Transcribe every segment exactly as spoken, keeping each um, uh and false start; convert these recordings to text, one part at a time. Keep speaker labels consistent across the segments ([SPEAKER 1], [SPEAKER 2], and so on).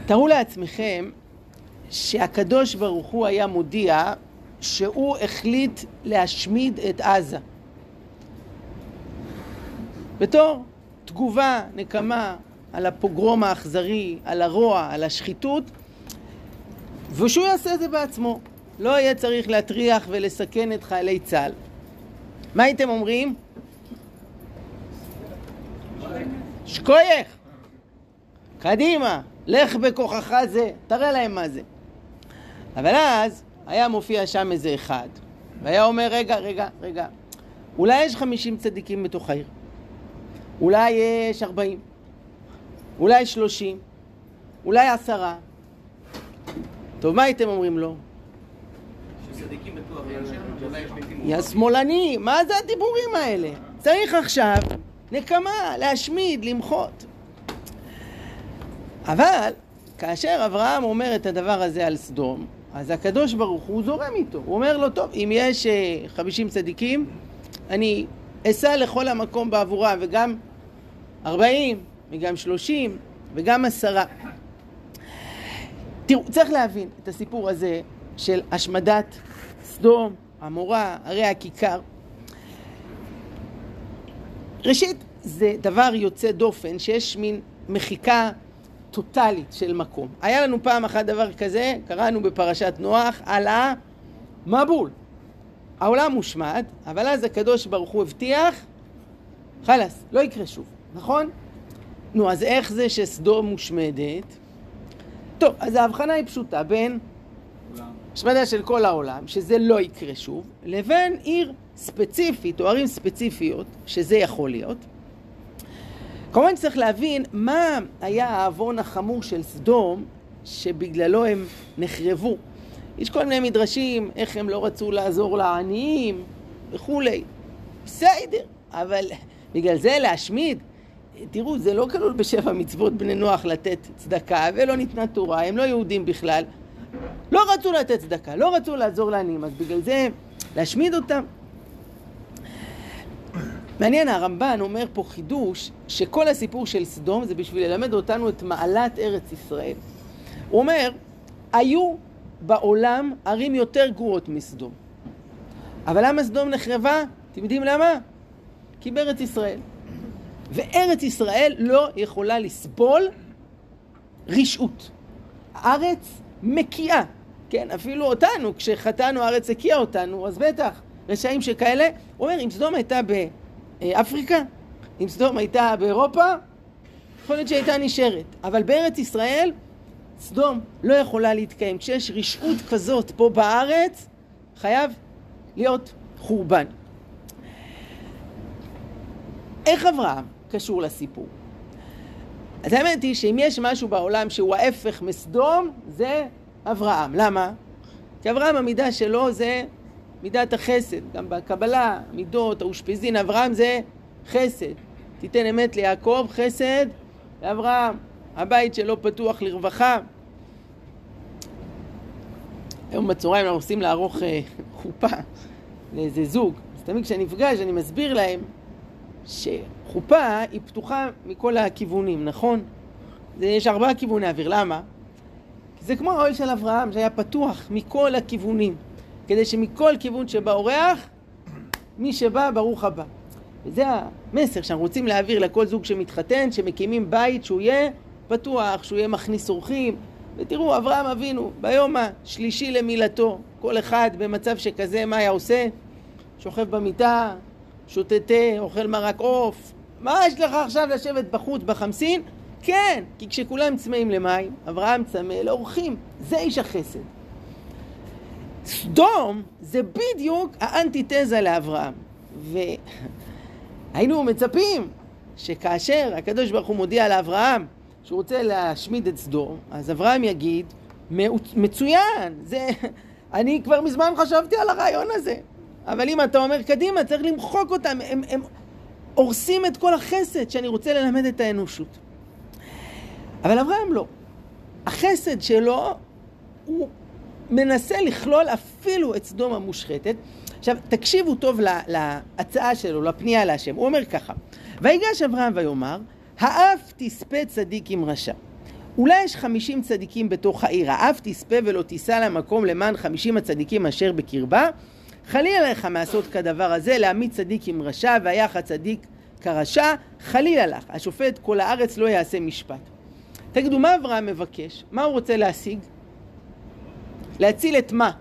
[SPEAKER 1] תראו לעצמכם שהקדוש ברוך הוא היה מודיע שהוא החליט להשמיד את עזה. בתור תגובה, נקמה, על הפוגרום האכזרי, על הרוע, על השחיתות, ושהוא יעשה את זה בעצמו. לא יהיה צריך להטריח ולסכן את חיילי צה"ל. מה הייתם אומרים? שקוייך! קדימה, לך בכוחך זה, תראה להם מה זה. אבל אז היה מופיע שם איזה אחד, והיה אומר, רגע, רגע, רגע, אולי יש חמישים צדיקים בתוך העיר, אולי יש ארבעים, אולי שלושים, אולי עשרה. טוב, מה הייתם אומרים לו?
[SPEAKER 2] שצדיקים בטוח יש,
[SPEAKER 1] יא שמאלני, מה זה הדיבורים האלה? צריך עכשיו נקמה, להשמיד, למחות. אבל כאשר אברהם אומר את הדבר הזה על סדום, אז הקדוש ברוך הוא זורם איתו. הוא אומר לו, טוב, אם יש חמישים צדיקים, אני אסע לכל המקום בעבורם, וגם ארבעים, וגם שלושים, וגם עשרה. תראו, צריך להבין את הסיפור הזה של השמדת סדום, עמורה, ערי הכיכר. ראשית, זה דבר יוצא דופן, שיש מין מחיקה טוטלית של מקום. היה לנו פעם אחת דבר כזה, קראנו בפרשת נוח על המבול. העולם מושמד, אבל אז הקדוש ברוך הוא הבטיח, חלס, לא יקרה שוב, נכון? נו, אז איך זה שסדום מושמדת? טוב, אז ההבחנה היא פשוטה בין השמדה של כל העולם, שזה לא יקרה שוב, לבין עיר ספציפית או ערים ספציפיות, שזה יכול להיות. כמובן צריך להבין מה היה העוון החמור של סדום שבגללו הם נחרבו. יש כל מיני מדרשים, איך הם לא רצו לעזור לעניים וכולי. בסדר, אבל בגלל זה להשמיד, תראו, זה לא כלול בשבע מצוות בני נוח לתת צדקה, ולא ניתנה תורה, הם לא יהודים בכלל. לא רצו לתת צדקה, לא רצו לעזור לעניים, אז בגלל זה להשמיד אותם. מעניין, הרמב"ן אומר פה חידוש שכל הסיפור של סדום זה בשביל ללמד אותנו את מעלת ארץ ישראל. הוא אומר, היו בעולם ערים יותר גרועות מסדום. אבל למה סדום נחרבה? אתם יודעים למה? כי בארץ ישראל. וארץ ישראל לא יכולה לסבול רשעות. הארץ מקיאה. כן, אפילו אותנו, כשחטאנו הארץ הקיאה אותנו, אז בטח, רשעים שכאלה. הוא אומר, אם סדום הייתה באפריקה, אם סדום הייתה באירופה, יכול להיות שהייתה נשארת. אבל בארץ ישראל, סדום לא יכולה להתקיים. כשיש רשעות כזאת פה בארץ, חייב להיות חורבן. איך אברהם קשור לסיפור? אז האמת היא שאם יש משהו בעולם שהוא ההפך מסדום, זה אברהם. למה? כי אברהם המידה שלו זה מידת החסד. גם בקבלה, מידות, האושפיזין, אברהם זה חסד. תיתן אמת ליעקב, חסד לאברהם. הבית שלו פתוח לרווחה. היום בצהריים אנחנו עושים לערוך חופה לאיזה זוג. אז תמיד כשאני נפגש אני מסביר להם שחופה היא פתוחה מכל הכיוונים, נכון? יש ארבעה כיווני אוויר, למה? כי זה כמו האוהל של אברהם, שהיה פתוח מכל הכיוונים, כדי שמכל כיוון שבא אורח, מי שבא ברוך הבא. וזה המסר שאנחנו רוצים להעביר לכל זוג שמתחתן, שמקימים בית שהוא יהיה פתוח, שהוא יהיה מכניס אורחים. ותראו, אברהם אבינו, ביום השלישי למילתו, כל אחד במצב שכזה, מה היה עושה? שוכב במיטה, שוטטה, אוכל מרק עוף. מה יש לך עכשיו לשבת בחוץ בחמסין? כן, כי כשכולם צמאים למים, אברהם צמא לאורחים. זה איש החסד. סדום זה בדיוק האנטיתזה לאברהם. והיינו מצפים שכאשר הקדוש ברוך הוא מודיע לאברהם שהוא רוצה להשמיד את סדום, אז אברהם יגיד, מצוין, זה, אני כבר מזמן חשבתי על הרעיון הזה. אבל אם אתה אומר קדימה, צריך למחוק אותם, הם, הם הורסים את כל החסד שאני רוצה ללמד את האנושות. אבל אברהם לא. החסד שלו, הוא מנסה לכלול אפילו את סדום המושחתת. עכשיו, תקשיבו טוב לה, להצעה שלו, לפנייה להשם. הוא אומר ככה, ויגש אברהם ויאמר, האף תספה צדיק עם רשע, אולי יש חמישים צדיקים בתוך העיר, האף תספה ולא תיסע למקום למען חמישים הצדיקים אשר בקרבה, חלילה לך מעשות כדבר הזה, להעמיד צדיק עם רשע, והיח הצדיק כרשע, חלילה לך, השופט כל הארץ לא יעשה משפט. תגידו, מה אברהם מבקש? מה הוא רוצה להשיג? להציל את מה?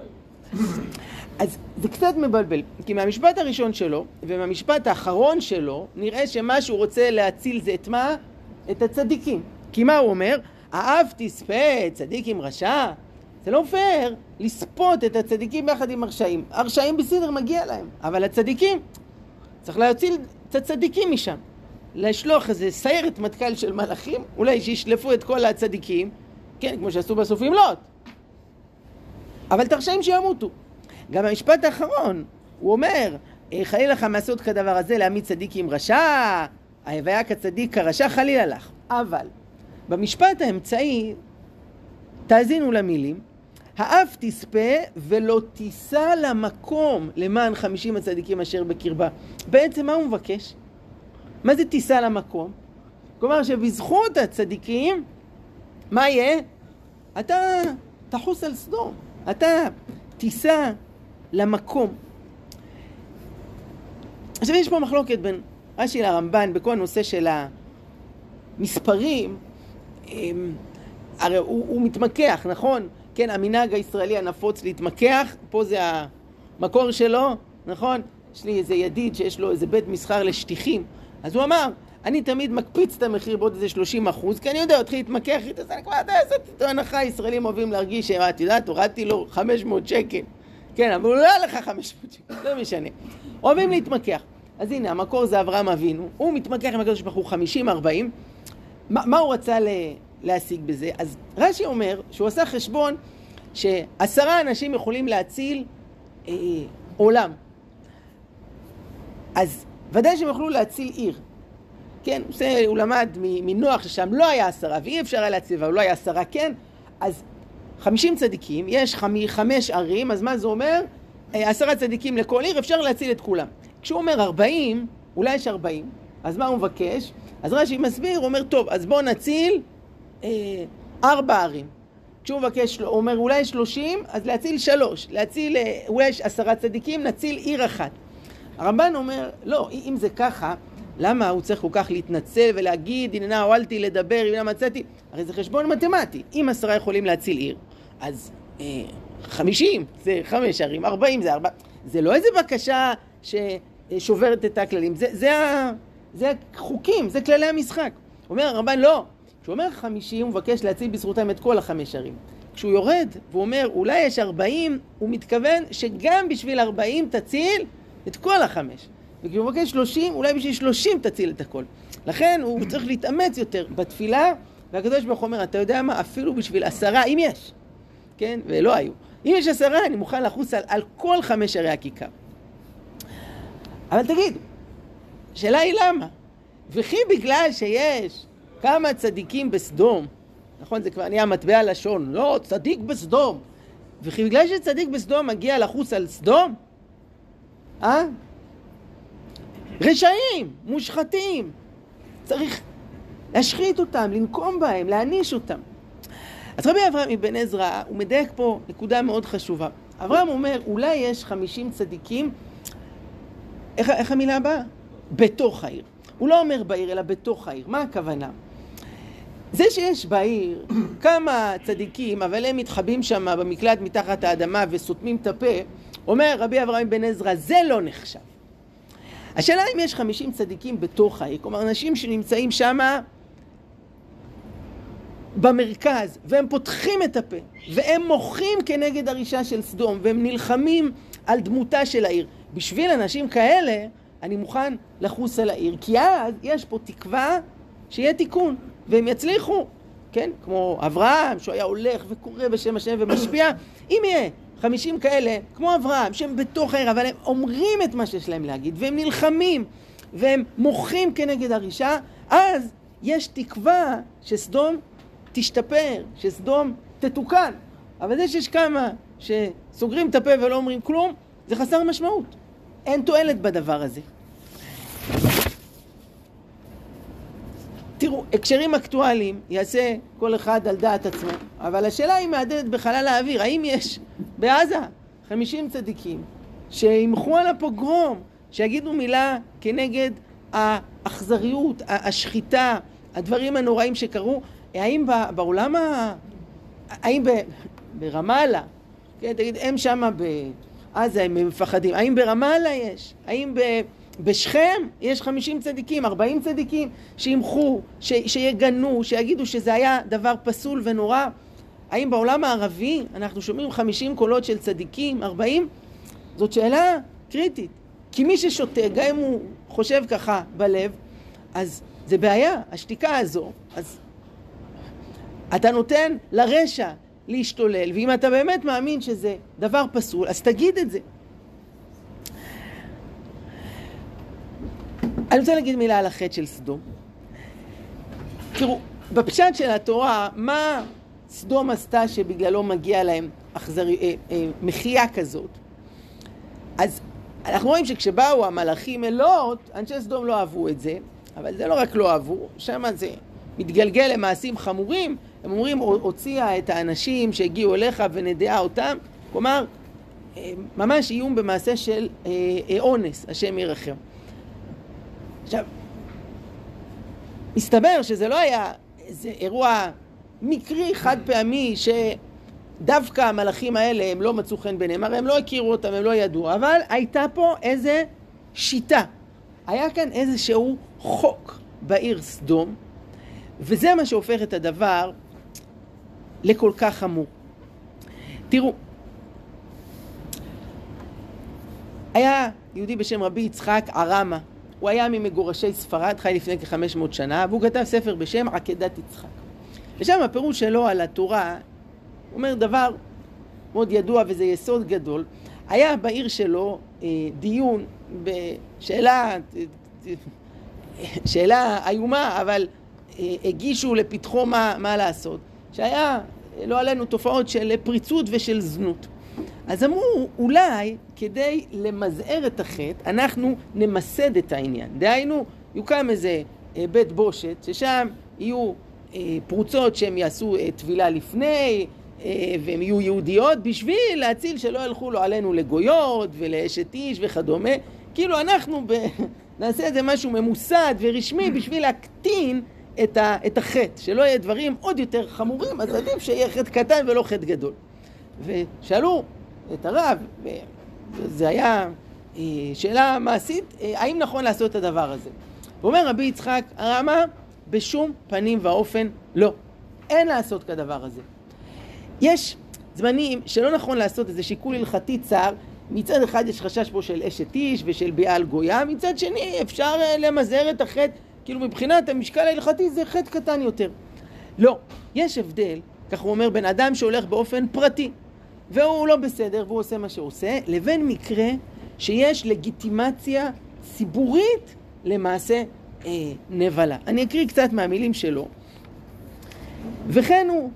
[SPEAKER 1] אז זה קצת מבלבל, כי מהמשפט הראשון שלו ומהמשפט האחרון שלו נראה שמה שהוא רוצה להציל זה את מה? את הצדיקים. כי מה הוא אומר? האף תספה צדיק עם רשע. זה לא פייר לספות את הצדיקים ביחד עם הרשעים. הרשעים בסדר מגיע להם, אבל הצדיקים צריך להציל את הצדיקים משם. לשלוח איזה סיירת מטכ"ל של מלאכים, אולי שישלפו את כל הצדיקים, כן, כמו שעשו בסופים לוט. אבל את הרשעים שימותו. גם המשפט האחרון, הוא אומר, חלילה לך מעשות כדבר הזה, להעמיד צדיק עם רשע, ויך הצדיק כרשע, חלילה לך. אבל במשפט האמצעי, תאזינו למילים, האף תספה ולא תיסע למקום למען חמישים הצדיקים אשר בקרבה. בעצם מה הוא מבקש? מה זה תיסע למקום? כלומר שבזכות הצדיקים, מה יהיה? אתה תחוס על סדום, אתה תיסע למקום. עכשיו יש פה מחלוקת בין רש"י לרמב"ן בכל הנושא של המספרים. הרי הוא, הוא מתמקח, נכון? כן, המנהג הישראלי הנפוץ להתמקח, פה זה המקור שלו, נכון? יש לי איזה ידיד שיש לו איזה בית מסחר לשטיחים, אז הוא אמר, אני תמיד מקפיץ את המחיר בעוד איזה שלושים אחוז, כי אני יודע, התחיל להתמקח איתה, אז אני כבר יודע, זאת הנחה, ישראלים אוהבים להרגיש, את יודעת, הורדתי לו חמש מאות שקל, כן, אבל הוא לא היה לך חמש מאות שקל, לא משנה. אוהבים להתמקח. אז הנה, המקור זה אברהם אבינו, הוא מתמקח עם הקדוש ברוך הוא חמישים ארבעים, מה, מה הוא רצה ל... להשיג בזה? אז רש"י אומר שהוא עשה חשבון שעשרה אנשים יכולים להציל אה, עולם. אז ודאי שהם יכולו להציל עיר. כן, זה, הוא למד מנוח ששם לא היה עשרה ואי אפשר היה להציל, אבל לא היה עשרה, כן. אז חמישים צדיקים, יש חמי, חמש ערים, אז מה זה אומר? אה, עשרה צדיקים לכל עיר, אפשר להציל את כולם. כשהוא אומר ארבעים, אולי יש ארבעים, אז מה הוא מבקש? אז רש"י מסביר, הוא אומר, טוב, אז בואו נציל אה, ארבע ערים. כשהוא מבקש, הוא אומר, אולי שלושים, אז להציל שלוש. להציל, אה, אולי יש עשרה צדיקים, נציל עיר אחת. הרמב"ן אומר, לא, אם זה ככה, למה הוא צריך כל כך להתנצל ולהגיד, הנה נא, הועלתי לדבר, הנה מצאתי? הרי זה חשבון מתמטי. אם עשרה יכולים להציל עיר, אז אה, חמישים זה חמש ערים, ארבעים זה ארבע. זה לא איזה בקשה ששוברת את הכללים, זה, זה, ה, זה החוקים, זה כללי המשחק. אומר הרמב"ן, לא. כשהוא אומר חמישים, הוא מבקש להציל בזכותם את כל החמש ערים. כשהוא יורד והוא אומר, אולי יש ארבעים, הוא מתכוון שגם בשביל ארבעים תציל את כל החמש. וכשהוא מבקש שלושים, אולי בשביל שלושים תציל את הכל. לכן הוא צריך להתאמץ יותר בתפילה, והקדוש ברוך הוא אומר, אתה יודע מה? אפילו בשביל עשרה, אם יש, כן? ולא היו. אם יש עשרה, אני מוכן לחוס על, על כל חמש ערי הכיכר. אבל תגיד, שאלה היא למה? וכי בגלל שיש כמה צדיקים בסדום, נכון, זה כבר נהיה מטבע לשון, לא, צדיק בסדום, וכי בגלל שצדיק בסדום מגיע לחוס על סדום, אה? רשעים, מושחתים, צריך להשחית אותם, לנקום בהם, להעניש אותם. אז רבי אברהם אבן עזרא, הוא מדייק פה נקודה מאוד חשובה. אברהם אומר, אולי יש חמישים צדיקים, איך, איך המילה הבאה? בתוך העיר. הוא לא אומר בעיר, אלא בתוך העיר. מה הכוונה? זה שיש בעיר כמה צדיקים, אבל הם מתחבאים שם במקלט מתחת האדמה וסותמים את הפה, אומר רבי אברהם אבן עזרא, זה לא נחשב. השאלה אם יש חמישים צדיקים בתוך העיר, כלומר אנשים שנמצאים שם במרכז, והם פותחים את הפה, והם מוחים כנגד הרישה של סדום, והם נלחמים על דמותה של העיר. בשביל אנשים כאלה, אני מוכן לחוס על העיר, כי אז יש פה תקווה שיהיה תיקון, והם יצליחו, כן? כמו אברהם, שהוא היה הולך וקורא בשם השם ומשפיע, אם יהיה חמישים כאלה, כמו אברהם, שהם בתוך העיר, אבל הם אומרים את מה שיש להם להגיד, והם נלחמים, והם מוחים כנגד הרישה, אז יש תקווה שסדום תשתפר, שסדום תתוקן. אבל זה שיש כמה שסוגרים את הפה ולא אומרים כלום, זה חסר משמעות. אין תועלת בדבר הזה. תראו, תראו, הקשרים אקטואליים יעשה כל אחד על דעת עצמו, אבל השאלה היא מהדהדת בחלל האוויר. האם יש בעזה חמישים צדיקים שימחו על הפוגרום, שיגידו מילה כנגד האכזריות, השחיטה, הדברים הנוראים שקרו? האם בעולם ה... האם ב... ברמאללה, כן, תגיד, הם שמה בעזה, הם מפחדים. האם ברמאללה יש? האם ב... בשכם יש חמישים צדיקים, ארבעים צדיקים שימחו, ש... שיגנו, שיגידו שזה היה דבר פסול ונורא? האם בעולם הערבי אנחנו שומעים חמישים קולות של צדיקים, ארבעים? זאת שאלה קריטית. כי מי ששותק, גם אם הוא חושב ככה בלב, אז זה בעיה, השתיקה הזו. אז אתה נותן לרשע להשתולל, ואם אתה באמת מאמין שזה דבר פסול, אז תגיד את זה. אני רוצה להגיד מילה על החטא של סדום. תראו, בפשט של התורה, מה סדום עשתה שבגללו מגיע להם אכזרי, אה, אה, מחייה כזאת? אז אנחנו רואים שכשבאו המלאכים אלות, אנשי סדום לא אהבו את זה, אבל זה לא רק לא אהבו, שם זה מתגלגל למעשים חמורים. הם אומרים, הוציאה את האנשים שהגיעו אליך ונדעה אותם, כלומר, ממש איום במעשה של אונס, השם ירחם. עכשיו, מסתבר שזה לא היה איזה אירוע מקרי חד פעמי שדווקא המלאכים האלה הם לא מצאו חן ביניהם, הרי הם לא הכירו אותם, הם לא ידעו, אבל הייתה פה איזה שיטה. היה כאן איזשהו חוק בעיר סדום, וזה מה שהופך את הדבר לכל כך חמור. תראו, היה יהודי בשם רבי יצחק ערמה, הוא היה ממגורשי ספרד, חי לפני כ-חמש מאות שנה, והוא כתב ספר בשם עקדת יצחק. ושם הפירוש שלו על התורה, הוא אומר דבר מאוד ידוע וזה יסוד גדול. היה בעיר שלו אה, דיון בשאלה, שאלה איומה, אבל אה, הגישו לפתחו מה, מה לעשות. שהיה, לא עלינו, תופעות של פריצות ושל זנות. אז אמרו, אולי כדי למזער את החטא, אנחנו נמסד את העניין. דהיינו, יוקם איזה אה, בית בושת, ששם יהיו אה, פרוצות שהם יעשו אה, טבילה לפני, אה, והם יהיו יהודיות, בשביל להציל שלא ילכו לו עלינו לגויות ולאשת איש וכדומה. כאילו אנחנו ב... נעשה איזה משהו ממוסד ורשמי בשביל להקטין את, ה... את החטא, שלא יהיה דברים עוד יותר חמורים, אז עדיף שיהיה חטא קטן ולא חטא גדול. ושאלו את הרב, זה היה שאלה מעשית, האם נכון לעשות את הדבר הזה? ואומר רבי יצחק הרמה, בשום פנים ואופן לא. אין לעשות כדבר הזה. יש זמנים שלא נכון לעשות איזה שיקול הלכתי צר, מצד אחד יש חשש פה של אשת איש ושל ביעל גויה, מצד שני אפשר למזער את החטא, כאילו מבחינת המשקל ההלכתי זה חטא קטן יותר. לא, יש הבדל, כך הוא אומר, בן אדם שהולך באופן פרטי, והוא לא בסדר והוא עושה מה שהוא עושה, לבין מקרה שיש לגיטימציה ציבורית למעשה אה, נבלה. אני אקריא קצת מהמילים שלו. וכן הוא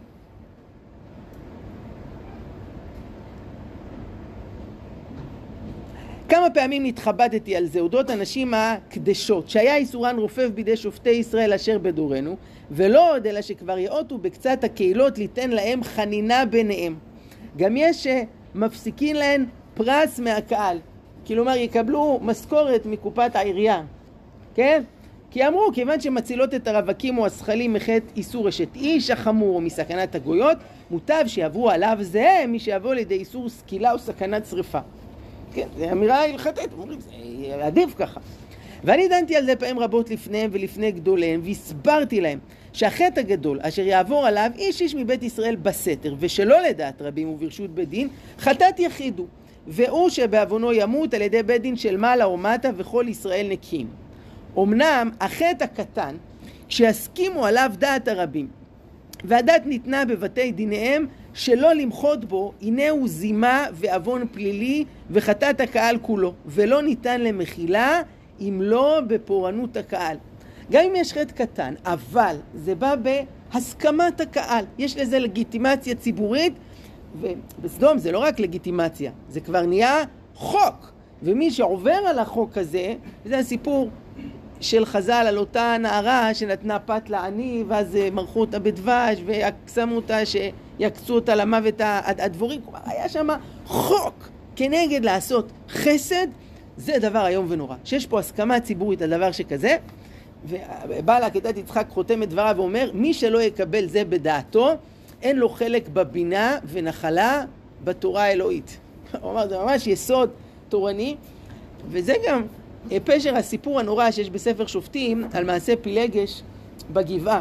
[SPEAKER 1] כמה פעמים נתחבטתי על זה, הודות הנשים הקדשות, שהיה איסורן רופף בידי שופטי ישראל אשר בדורנו, ולא עוד אלא שכבר יאותו בקצת הקהילות ליתן להם חנינה ביניהם. גם יש שמפסיקים להן פרס מהקהל, כלומר יקבלו משכורת מקופת העירייה, כן? כי אמרו, כיוון שמצילות את הרווקים או השכלים מחטא איסור אשת איש החמור או מסכנת הגויות, מוטב שיעברו עליו זה מי שיבוא לידי איסור סקילה או סכנת שריפה. כן, זה אמירה הלכתית, אומרים, זה עדיף ככה. ואני דנתי על זה פעמים רבות לפניהם ולפני גדוליהם, והסברתי להם שהחטא הגדול אשר יעבור עליו איש איש מבית ישראל בסתר, ושלא לדעת רבים וברשות בית דין, חטאת יחידו, והוא שבעוונו ימות על ידי בית דין של מעלה או מטה וכל ישראל נקיים. אמנם החטא הקטן, כשיסכימו עליו דעת הרבים, והדעת ניתנה בבתי דיניהם שלא למחות בו, הנה הוא זימה ועוון פלילי וחטאת הקהל כולו, ולא ניתן למחילה אם לא בפורענות הקהל. גם אם יש חטא קטן, אבל זה בא בהסכמת הקהל, יש לזה לגיטימציה ציבורית, ובסדום זה לא רק לגיטימציה, זה כבר נהיה חוק, ומי שעובר על החוק הזה, זה הסיפור של חז"ל על אותה נערה שנתנה פת לעני, ואז מרחו אותה בדבש ושמו אותה שיקצו אותה למוות הדבורים. כלומר, היה שם חוק כנגד לעשות חסד. זה דבר איום ונורא. שיש פה הסכמה ציבורית על דבר שכזה, ובעל עקדת יצחק חותם את דבריו ואומר, מי שלא יקבל זה בדעתו, אין לו חלק בבינה ונחלה בתורה האלוהית. הוא אומר, זה ממש יסוד תורני, וזה גם פשר הסיפור הנורא שיש בספר שופטים על מעשה פילגש בגבעה.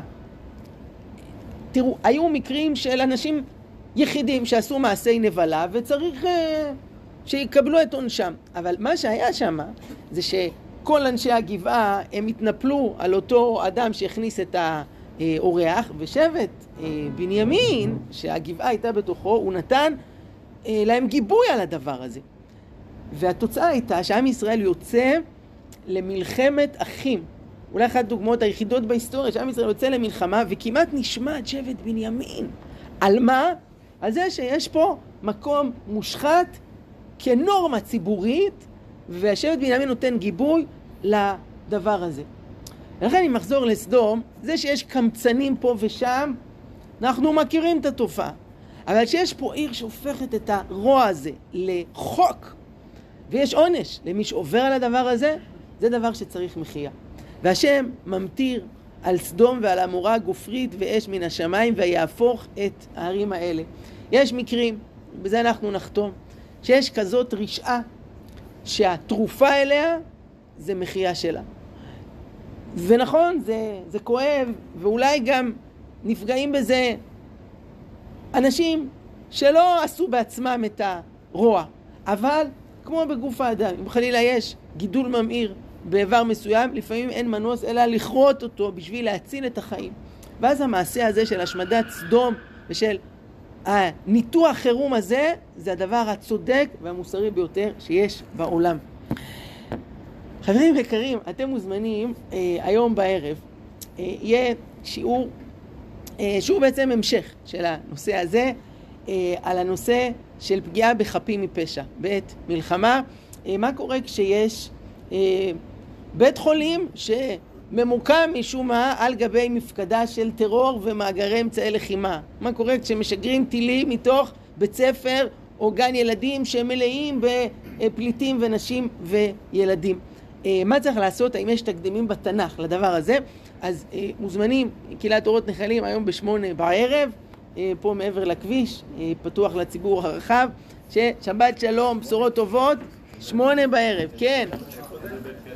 [SPEAKER 1] תראו, היו מקרים של אנשים יחידים שעשו מעשי נבלה, וצריך uh, שיקבלו את עונשם. אבל מה שהיה שם זה שכל אנשי הגבעה הם התנפלו על אותו אדם שהכניס את האורח, ושבט uh, בנימין, שהגבעה הייתה בתוכו, הוא נתן uh, להם גיבוי על הדבר הזה. והתוצאה הייתה שעם ישראל יוצא למלחמת אחים. אולי אחת הדוגמאות היחידות בהיסטוריה, שעם ישראל יוצא למלחמה וכמעט נשמע שבט בנימין. על מה? על זה שיש פה מקום מושחת כנורמה ציבורית, והשבט בנימין נותן גיבוי לדבר הזה. ולכן אני מחזור לסדום, זה שיש קמצנים פה ושם, אנחנו מכירים את התופעה. אבל שיש פה עיר שהופכת את הרוע הזה לחוק, ויש עונש למי שעובר על הדבר הזה, זה דבר שצריך מחיה. והשם ממטיר על סדום ועל עמורה גופרית ואש מן השמיים, ויהפוך את הערים האלה. יש מקרים, בזה אנחנו נחתום, שיש כזאת רשעה שהתרופה אליה זה מחיה שלה. ונכון, זה, זה כואב, ואולי גם נפגעים בזה אנשים שלא עשו בעצמם את הרוע. אבל כמו בגוף האדם, אם חלילה יש גידול ממאיר באיבר מסוים, לפעמים אין מנוס אלא לכרות אותו בשביל להציל את החיים. ואז המעשה הזה של השמדת סדום ושל הניתוח חירום הזה, זה הדבר הצודק והמוסרי ביותר שיש בעולם. חברים יקרים, אתם מוזמנים אה, היום בערב, אה, יהיה שיעור, אה, שהוא בעצם המשך של הנושא הזה, אה, על הנושא של פגיעה בחפים מפשע בעת מלחמה. אה, מה קורה כשיש אה, בית חולים שממוקם משום מה על גבי מפקדה של טרור ומאגרי אמצעי לחימה? מה קורה כשמשגרים טילים מתוך בית ספר או גן ילדים שמלאים בפליטים ונשים וילדים? מה צריך לעשות? האם יש תקדימים בתנ"ך לדבר הזה? אז מוזמנים, קהילת אורות נחלים, היום בשמונה בערב, פה מעבר לכביש, פתוח לציבור הרחב. ששבת שלום, בשורות טובות, שמונה בערב, כן.